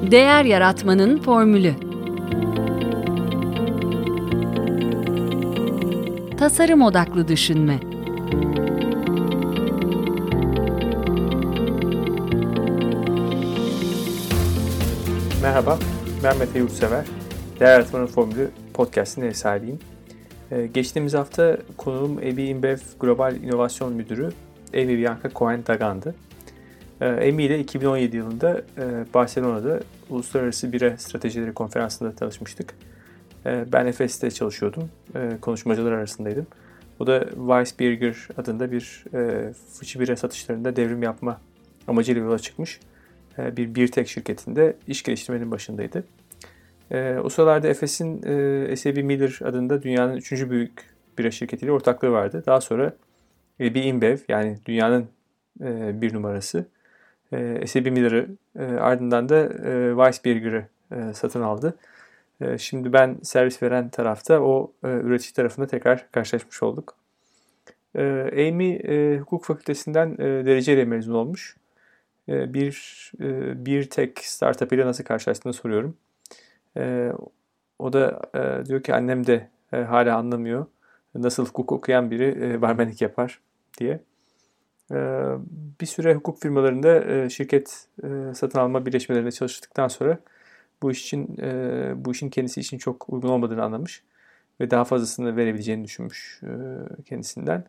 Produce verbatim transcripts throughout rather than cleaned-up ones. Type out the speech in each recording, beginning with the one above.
Değer yaratmanın formülü. Tasarım odaklı düşünme. Merhaba, ben Mete Yurtsever. Değer Yaratmanın Formülü podcast'in ev sahibiyim. Ee, geçtiğimiz hafta konuğum E B InBev Global İnovasyon Müdürü Amy Bianca Cohen-Dagan'dı. Ee, Amy ile iki bin on yedi yılında e, Barcelona'da Uluslararası Bira Stratejileri Konferansı'nda tanışmıştık. Ee, ben Efes'te çalışıyordum, e, konuşmacılar arasındaydım. O da Weissbierger adında bir e, fıçı bira satışlarında devrim yapma amacıyla yola çıkmış bir Birtek şirketinde iş geliştirmenin başındaydı. E, o sıralarda Efes'in e, S A B Miller adında dünyanın üçüncü büyük bira şirketiyle ortaklığı vardı. Daha sonra E B InBev, yani dünyanın e, bir numarası e, S A B Miller'ı, e, ardından da e, Weissbierger'ı e, satın aldı. E, şimdi ben servis veren tarafta, o e, üretici tarafında tekrar karşılaşmış olduk. E, Amy e, hukuk fakültesinden e, dereceyle mezun olmuş. Bir bir tek startup ile nasıl karşılaştığını soruyorum. O da diyor ki annem de hala anlamıyor. Nasıl hukuk okuyan biri barmenlik yapar diye. Bir süre hukuk firmalarında şirket satın alma birleşmelerinde çalıştıktan sonra bu iş için bu işin kendisi için çok uygun olmadığını anlamış ve daha fazlasını verebileceğini düşünmüş kendisinden.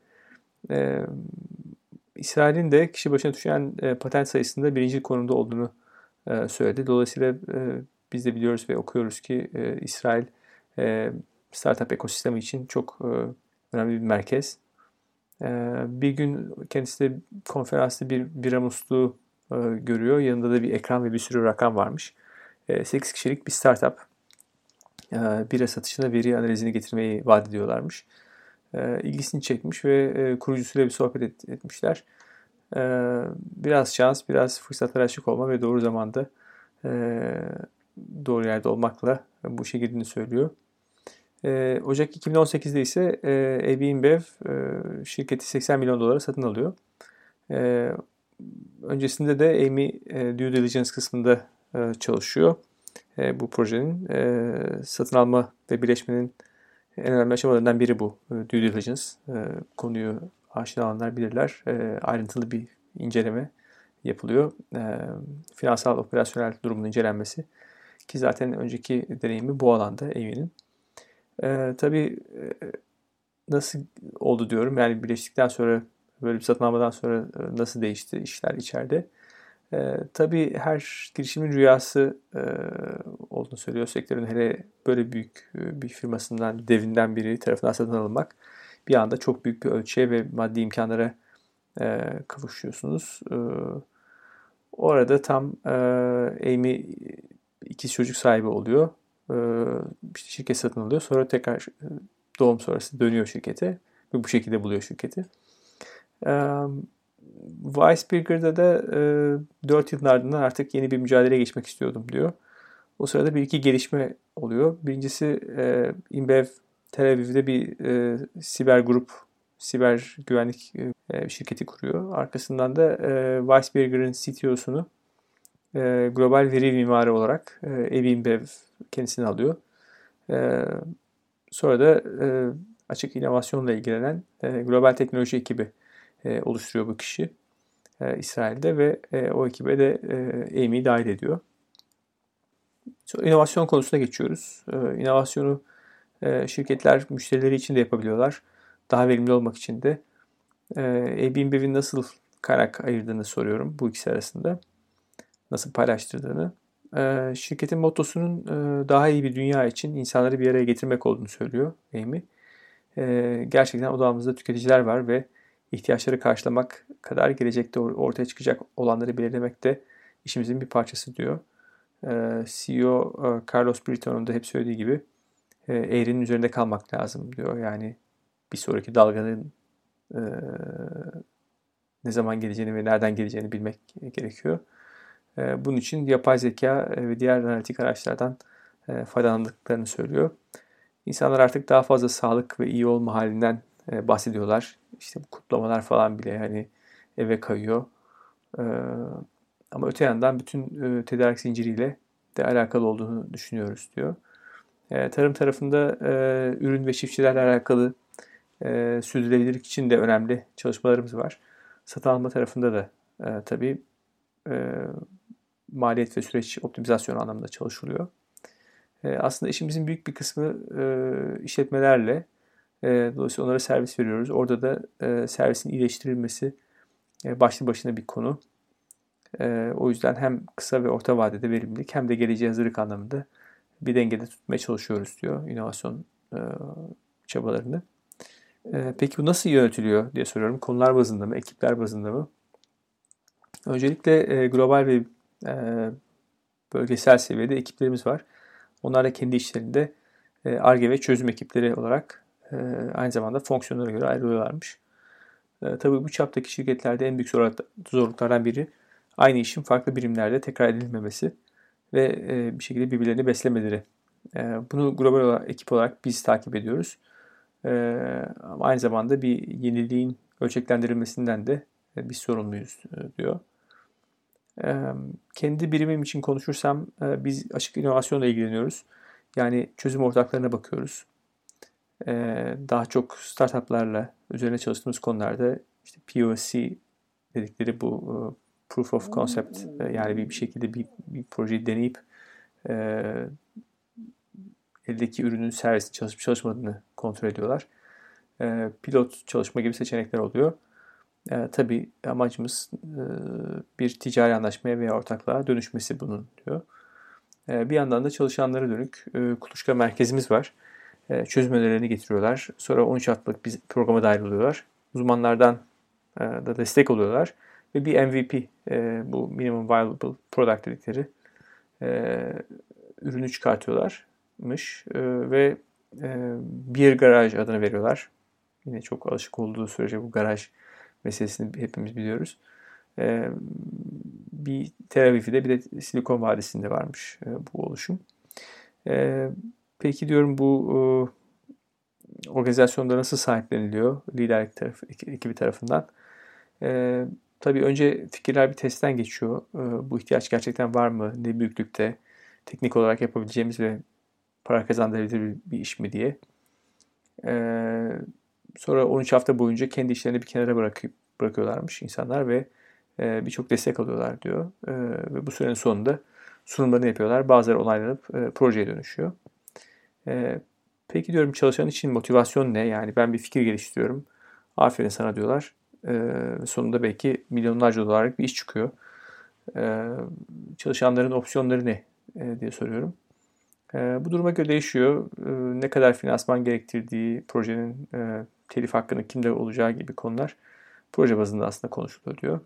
İsrail'in de kişi başına düşen e, patent sayısında birinci konumda olduğunu e, söyledi. Dolayısıyla e, biz de biliyoruz ve okuyoruz ki e, İsrail e, startup ekosistemi için çok e, önemli bir merkez. E, bir gün kendisi de konferansta bir bira musluğu e, görüyor. Yanında da bir ekran ve bir sürü rakam varmış. E, sekiz kişilik bir startup. E, bira satışına veri analizini getirmeyi vaat ediyorlarmış. E, ilgisini çekmiş ve e, kurucusuyla bir sohbet et, etmişler. E, biraz şans, biraz fırsatlara açık olma ve doğru zamanda e, doğru yerde olmakla bu işe girdiğini söylüyor. E, Ocak iki bin on sekizde ise e, E B InBev e, şirketi seksen milyon dolara satın alıyor. E, öncesinde de Amy e, Due Diligence kısmında e, çalışıyor. E, bu projenin e, satın alma ve birleşmenin en önemli aşamalarından biri bu. Due diligence. Konuyu aşina olanlar bilirler. Ayrıntılı bir inceleme yapılıyor. Finansal, operasyonel durumun incelenmesi. Ki zaten önceki deneyimi bu alanda Amy'nin. Tabii nasıl oldu diyorum. Yani birleştikten sonra, böyle bir satın almadan sonra nasıl değişti işler içeride. E, tabii her girişimin rüyası e, olduğunu söylüyor. Sektörün hele böyle büyük e, bir firmasından, devinden biri tarafından satın alınmak, bir anda çok büyük bir ölçüye ve maddi imkanlara e, kavuşuyorsunuz. E, orada tam e, Amy ikiz çocuk sahibi oluyor. E, işte şirket satın alıyor. Sonra tekrar doğum sonrası dönüyor şirkete ve bu şekilde buluyor şirketi. E, Weissbierger'da da e, dört yılın ardından artık yeni bir mücadeleye geçmek istiyordum diyor. O sırada bir iki gelişme oluyor. Birincisi e, InBev Tel Aviv'de bir e, siber grup, siber güvenlik e, şirketi kuruyor. Arkasından da e, Weissbierger'ın C T O'sunu e, global veri mimarı olarak e, E B InBev kendisini alıyor. E, sonra da e, açık inovasyonla ilgilenen e, global teknoloji ekibi e, oluşturuyor bu kişi. İsrail'de ve e, o ekibe de e, Amy'yi dahil ediyor. Sonra inovasyon konusuna geçiyoruz. E, inovasyonu e, şirketler müşterileri için de yapabiliyorlar. Daha verimli olmak için de. E, E B InBev'in nasıl kaynak ayırdığını soruyorum bu ikisi arasında. Nasıl paylaştırdığını. E, şirketin mottosunun e, daha iyi bir dünya için insanları bir araya getirmek olduğunu söylüyor Amy. E, gerçekten odamızda tüketiciler var ve ihtiyaçları karşılamak kadar gelecekte ortaya çıkacak olanları belirlemek de işimizin bir parçası diyor. C E O Carlos Brito'nun da hep söylediği gibi eğrinin üzerinde kalmak lazım diyor. Yani bir sonraki dalganın ne zaman geleceğini ve nereden geleceğini bilmek gerekiyor. Bunun için yapay zeka ve diğer analitik araçlardan faydalandıklarını söylüyor. İnsanlar artık daha fazla sağlık ve iyi olma halinden bahsediyorlar. İşte bu kutlamalar falan bile hani eve kayıyor. Ee, ama öte yandan bütün e, tedarik zinciriyle de alakalı olduğunu düşünüyoruz diyor. E, tarım tarafında e, ürün ve çiftçilerle alakalı e, sürdürülebilirlik için de önemli çalışmalarımız var. Satın alma tarafında da e, tabii e, maliyet ve süreç optimizasyonu anlamında çalışılıyor. E, aslında işimizin büyük bir kısmı e, işletmelerle, e, dolayısıyla onlara servis veriyoruz. Orada da e, servisin iyileştirilmesi e, başlı başına bir konu. E, o yüzden hem kısa ve orta vadede verimlilik hem de geleceğe hazırlık anlamında bir dengede tutmaya çalışıyoruz diyor inovasyon e, çabalarını. E, peki bu nasıl yönetiliyor diye soruyorum. Konular bazında mı, ekipler bazında mı? Öncelikle e, global ve e, bölgesel seviyede ekiplerimiz var. Onlar da kendi işlerinde Ar-Ge ve çözüm ekipleri olarak e, aynı zamanda fonksiyonlara göre ayrılıyorlarmış. E, tabii bu çaptaki şirketlerde en büyük zorluklardan biri aynı işin farklı birimlerde tekrar edilmemesi ve e, bir şekilde birbirlerini beslemeleri. E, bunu global olarak, ekip olarak biz takip ediyoruz. E, ama aynı zamanda bir yeniliğin ölçeklendirilmesinden de e, biz sorumluyuz e, diyor. E, kendi birimim için konuşursam e, biz açık inovasyonla ilgileniyoruz. Yani çözüm ortaklarına bakıyoruz. E, daha çok startuplarla üzerine çalıştığımız konularda işte P O C dedikleri bu e, proof of concept e, yani bir, bir şekilde bir, bir projeyi deneyip e, eldeki ürünün servisinin çalışıp çalışmadığını kontrol ediyorlar. E, pilot çalışma gibi seçenekler oluyor. E, tabii amacımız e, bir ticari anlaşmaya veya ortaklığa dönüşmesi bunun diyor. E, bir yandan da çalışanlara dönük e, kuluçka merkezimiz var. E, çözüm önerilerini getiriyorlar. Sonra on üç haftalık bir programa dahil oluyorlar. Uzmanlardan e, da destek oluyorlar. Ve bir M V P, e, bu Minimum Viable Product dedikleri e, ürünü çıkartıyorlarmış. E, ve e, bir garaj adını veriyorlar. Yine çok alışık olduğu sürece bu garaj meselesini hepimiz biliyoruz. E, bir Tel Aviv'de bir de Silikon Vadisi'nde varmış e, bu oluşum. E, peki diyorum bu e, organizasyonda nasıl sahipleniliyor liderlik tarafı, ekibi tarafından? E, tabii önce fikirler bir testten geçiyor. E, bu ihtiyaç gerçekten var mı? Ne büyüklükte? Teknik olarak yapabileceğimiz ve para kazandırabilir bir, bir iş mi diye. E, sonra on üç hafta boyunca kendi işlerini bir kenara bırakıp bırakıyorlarmış insanlar ve e, birçok destek alıyorlar diyor. E, ve bu sürenin sonunda sunumlarını yapıyorlar. Bazıları onaylanıp e, projeye dönüşüyor. E, peki diyorum çalışan için motivasyon ne? Yani ben bir fikir geliştiriyorum. Aferin sana diyorlar. E, sonunda belki milyonlarca dolarlık bir iş çıkıyor. E, çalışanların opsiyonları ne e, diye soruyorum. E, bu duruma göre değişiyor. E, ne kadar finansman gerektirdiği, projenin e, telif hakkının kimde olacağı gibi konular proje bazında aslında konuşuluyor diyor.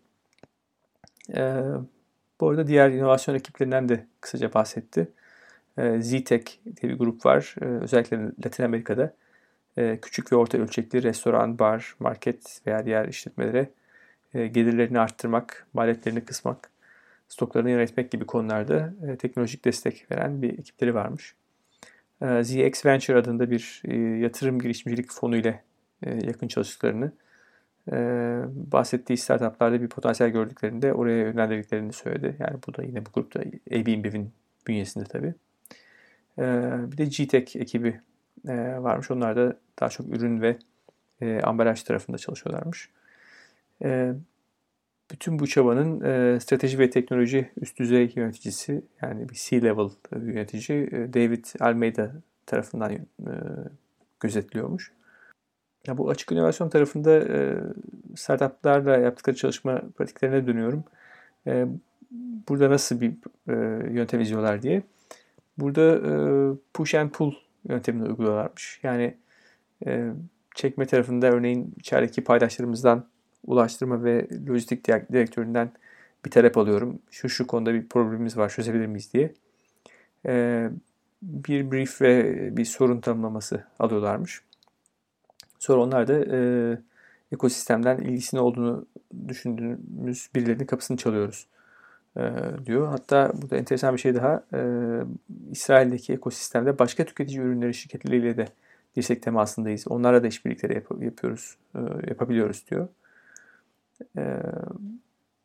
E, bu arada diğer inovasyon ekiplerinden de kısaca bahsetti. E, Z-Tech diye bir grup var. E, özellikle Latin Amerika'da e, küçük ve orta ölçekli restoran, bar, market veya diğer işletmelere e, gelirlerini arttırmak, maliyetlerini kısmak, stoklarını yönetmek gibi konularda e, teknolojik destek veren bir ekipleri varmış. E, Z X Venture adında bir e, yatırım girişimcilik fonu ile e, yakın çalıştıklarını, e, bahsettiği startuplarda bir potansiyel gördüklerinde oraya yönlendirdiklerini söyledi. Yani bu da yine bu grupta A B InBev'in bünyesinde tabii. E, bir de G-Tech ekibi e, varmış. Onlar da daha çok ürün ve e, ambalaj tarafında çalışıyorlarmış. E, bütün bu çabanın e, strateji ve teknoloji üst düzey yöneticisi yani bir C-level yönetici e, David Almeida tarafından e, gözetliyormuş. Ya bu açık inovasyon tarafında e, startuplarla yaptıkları çalışma pratiklerine dönüyorum. E, burada nasıl bir e, yöntem izliyorlar diye. Burada e, push and pull yöntemini uyguluyorlarmış. Yani e, çekme tarafında örneğin içerideki paydaşlarımızdan ulaştırma ve lojistik direktöründen bir talep alıyorum. Şu şu konuda bir problemimiz var, çözebilir miyiz diye. E, bir brief ve bir sorun tanımlaması alıyorlarmış. Sonra onlar da e, ekosistemden ilgisinin olduğunu düşündüğümüz birilerinin kapısını çalıyoruz e, diyor. Hatta burada enteresan bir şey daha. E, İsrail'deki ekosistemde başka tüketici ürünleri şirketleriyle de dirsek temasındayız. Onlarla da işbirlikleri yap- yapıyoruz, e, yapabiliyoruz diyor. E,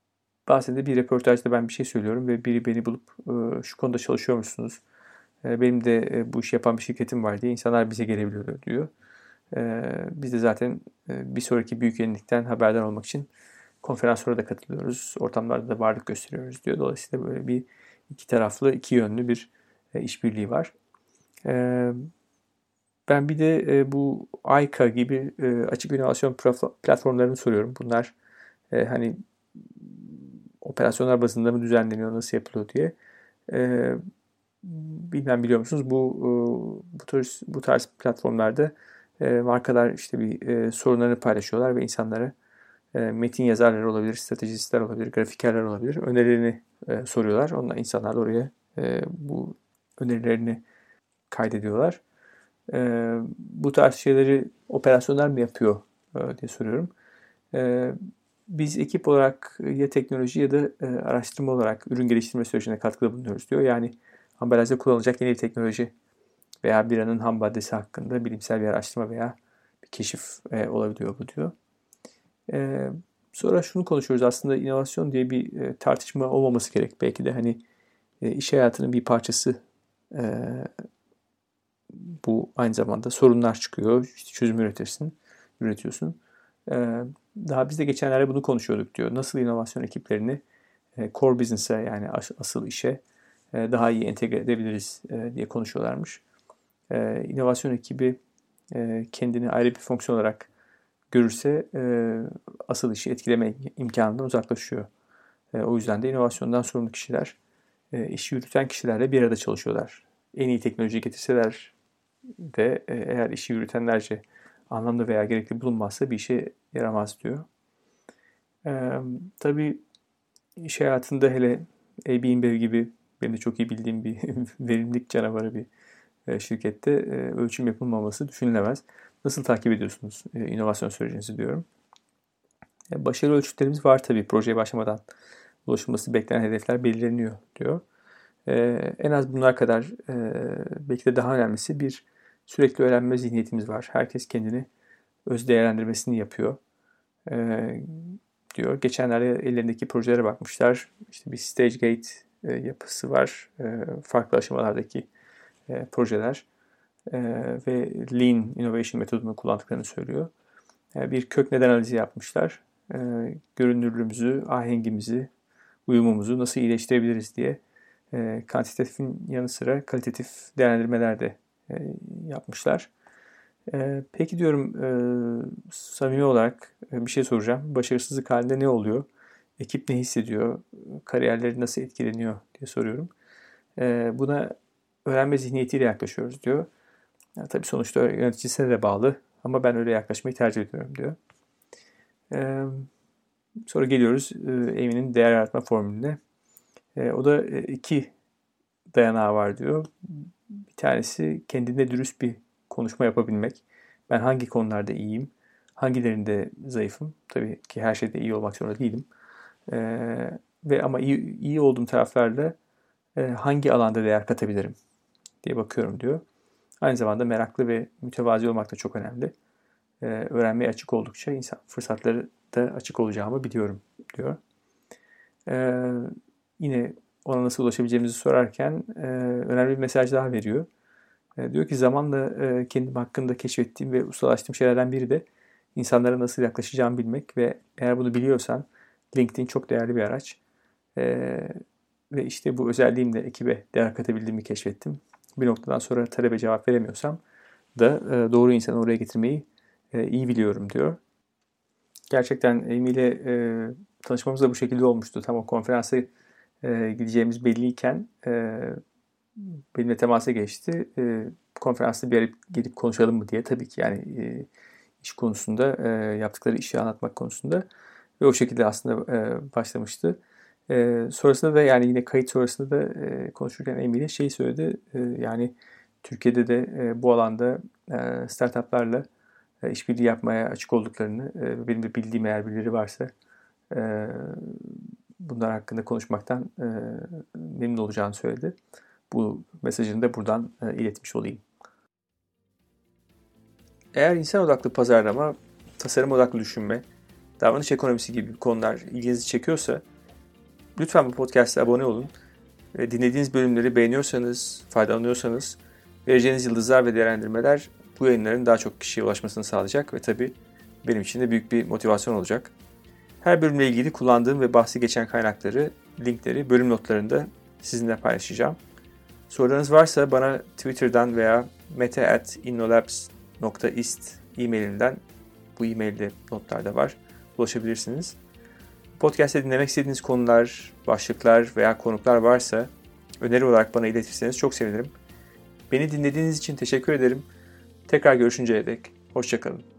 bazen de bir röportajda ben bir şey söylüyorum ve biri beni bulup e, şu konuda çalışıyor musunuz? E, benim de e, bu işi yapan bir şirketim var diye insanlar bize gelebiliyor diyor. E, biz de zaten e, bir sonraki büyük yenilikten haberdar olmak için konferanslara da katılıyoruz. Ortamlarda da varlık gösteriyoruz diyor. Dolayısıyla böyle bir iki taraflı, iki yönlü bir e, işbirliği var. E, ben bir de e, bu Ayka gibi e, açık inovasyon platformlarını soruyorum. Bunlar e, hani operasyonlar bazında mı düzenleniyor, nasıl yapılıyor diye. E, bilmem biliyor musunuz? Bu e, bu tarz, bu tarz platformlarda e, markalar işte bir e, sorunlarını paylaşıyorlar ve insanlara e, metin yazarları olabilir, stratejistler olabilir, grafikerler olabilir. Önerilerini e, soruyorlar. Onlar insanlar da oraya e, bu önerilerini kaydediyorlar. E, bu tarz şeyleri operasyonlar mı yapıyor e, diye soruyorum. E, biz ekip olarak ya teknoloji ya da e, araştırma olarak ürün geliştirme sürecine katkıda bulunuyoruz diyor. Yani ambalajda kullanılacak yeni bir teknoloji veya biranın ham maddesi hakkında bilimsel bir araştırma veya bir keşif e, olabiliyor bu diyor. E, sonra şunu konuşuyoruz, aslında inovasyon diye bir e, tartışma olmaması gerek. Belki de hani e, iş hayatının bir parçası. E, bu aynı zamanda sorunlar çıkıyor, işte çözüm üretirsin, üretiyorsun. E, daha biz de geçenlerde bunu konuşuyorduk diyor. Nasıl inovasyon ekiplerini e, core business'e, yani as- asıl işe e, daha iyi entegre edebiliriz e, diye konuşuyorlarmış. E, inovasyon ekibi e, kendini ayrı bir fonksiyon olarak görürse e, asıl işi etkileme imkanından uzaklaşıyor. E, o yüzden de inovasyondan sorumlu kişiler e, işi yürüten kişilerle bir arada çalışıyorlar. En iyi teknolojiyi getirseler de e, eğer işi yürütenlerce anlamlı veya gerekli bulunmazsa bir işe yaramaz diyor. E, tabii iş hayatında hele Airbnb gibi benim de çok iyi bildiğim bir verimlilik canavarı bir e, şirkette e, ölçüm yapılmaması düşünülemez. Nasıl takip ediyorsunuz e, inovasyon sürecinizi diyorum. E, başarı ölçütlerimiz var tabii. Projeye başlamadan ulaşılması beklenen hedefler belirleniyor diyor. E, en az bunlar kadar e, belki de daha önemlisi bir sürekli öğrenme zihniyetimiz var. Herkes kendini öz değerlendirmesini yapıyor e, diyor. Geçenlerde ellerindeki projelere bakmışlar. İşte bir stage gate e, yapısı var. E, farklı aşamalardaki e, projeler e, ve Lean Innovation metodunu kullandıklarını söylüyor. E, bir kök neden analizi yapmışlar. E, görünürlüğümüzü, ahengimizi, uyumumuzu nasıl iyileştirebiliriz diye e, kantitatifin yanı sıra kalitatif değerlendirmeler de e, yapmışlar. E, peki diyorum, e, samimi olarak e, bir şey soracağım. Başarısızlık halinde ne oluyor? Ekip ne hissediyor? Kariyerleri nasıl etkileniyor diye soruyorum. E, buna öğrenme zihniyetiyle yaklaşıyoruz diyor. Yani tabii sonuçta yöneticisine de bağlı ama ben öyle yaklaşmayı tercih ediyorum diyor. E, sonra geliyoruz e, Amy'nin değer yaratma formülüne. E, o da e, iki dayanağı var diyor. Bir tanesi kendine dürüst bir konuşma yapabilmek. Ben hangi konularda iyiyim, hangilerinde zayıfım. Tabii ki her şeyde iyi olmak zorunda değilim. Ee, ve ama iyi, iyi olduğum taraflarla e, hangi alanda değer katabilirim diye bakıyorum diyor. Aynı zamanda meraklı ve mütevazi olmak da çok önemli. Ee, öğrenmeye açık oldukça insan fırsatları da açık olacağımı biliyorum diyor. Ee, yine ona nasıl ulaşabileceğimizi sorarken e, önemli bir mesaj daha veriyor. E, diyor ki zamanla e, kendim hakkında keşfettiğim ve ustalaştığım şeylerden biri de insanlara nasıl yaklaşacağımı bilmek ve eğer bunu biliyorsan LinkedIn çok değerli bir araç. E, ve işte bu özelliğimle ekibe değer katabildiğimi keşfettim. Bir noktadan sonra talebe cevap veremiyorsam da e, doğru insanı oraya getirmeyi e, iyi biliyorum diyor. Gerçekten Amy ile e, tanışmamız da bu şekilde olmuştu. Tam o konferansa e, gideceğimiz belliyken e, benimle temasa geçti. E, konferansta bir arayıp gelip konuşalım mı diye. Tabii ki yani e, iş konusunda, e, yaptıkları işi anlatmak konusunda ve o şekilde aslında e, başlamıştı. E, sonrasında da yani yine kayıt sonrasında da e, konuşurken Amy ile şey söyledi. E, yani Türkiye'de de e, bu alanda e, startuplarla e, işbirliği yapmaya açık olduklarını, e, benim de bildiğim eğer birileri varsa e, bunlar hakkında konuşmaktan e, memnun olacağını söyledi. Bu mesajını da buradan e, iletmiş olayım. Eğer insan odaklı pazarlama, tasarım odaklı düşünme, davranış ekonomisi gibi konular ilginizi çekiyorsa lütfen bu podcast'a abone olun. Ve dinlediğiniz bölümleri beğeniyorsanız, faydalanıyorsanız vereceğiniz yıldızlar ve değerlendirmeler bu yayınların daha çok kişiye ulaşmasını sağlayacak ve tabii benim için de büyük bir motivasyon olacak. Her bölümle ilgili kullandığım ve bahsi geçen kaynakları, linkleri bölüm notlarında sizinle paylaşacağım. Sorularınız varsa bana Twitter'dan veya mete at innolabs nokta ist e-mailimden, bu e-mailde notlarda var, ulaşabilirsiniz. Podcast'te dinlemek istediğiniz konular, başlıklar veya konuklar varsa öneri olarak bana iletirseniz çok sevinirim. Beni dinlediğiniz için teşekkür ederim. Tekrar görüşünceye dek hoşça kalın.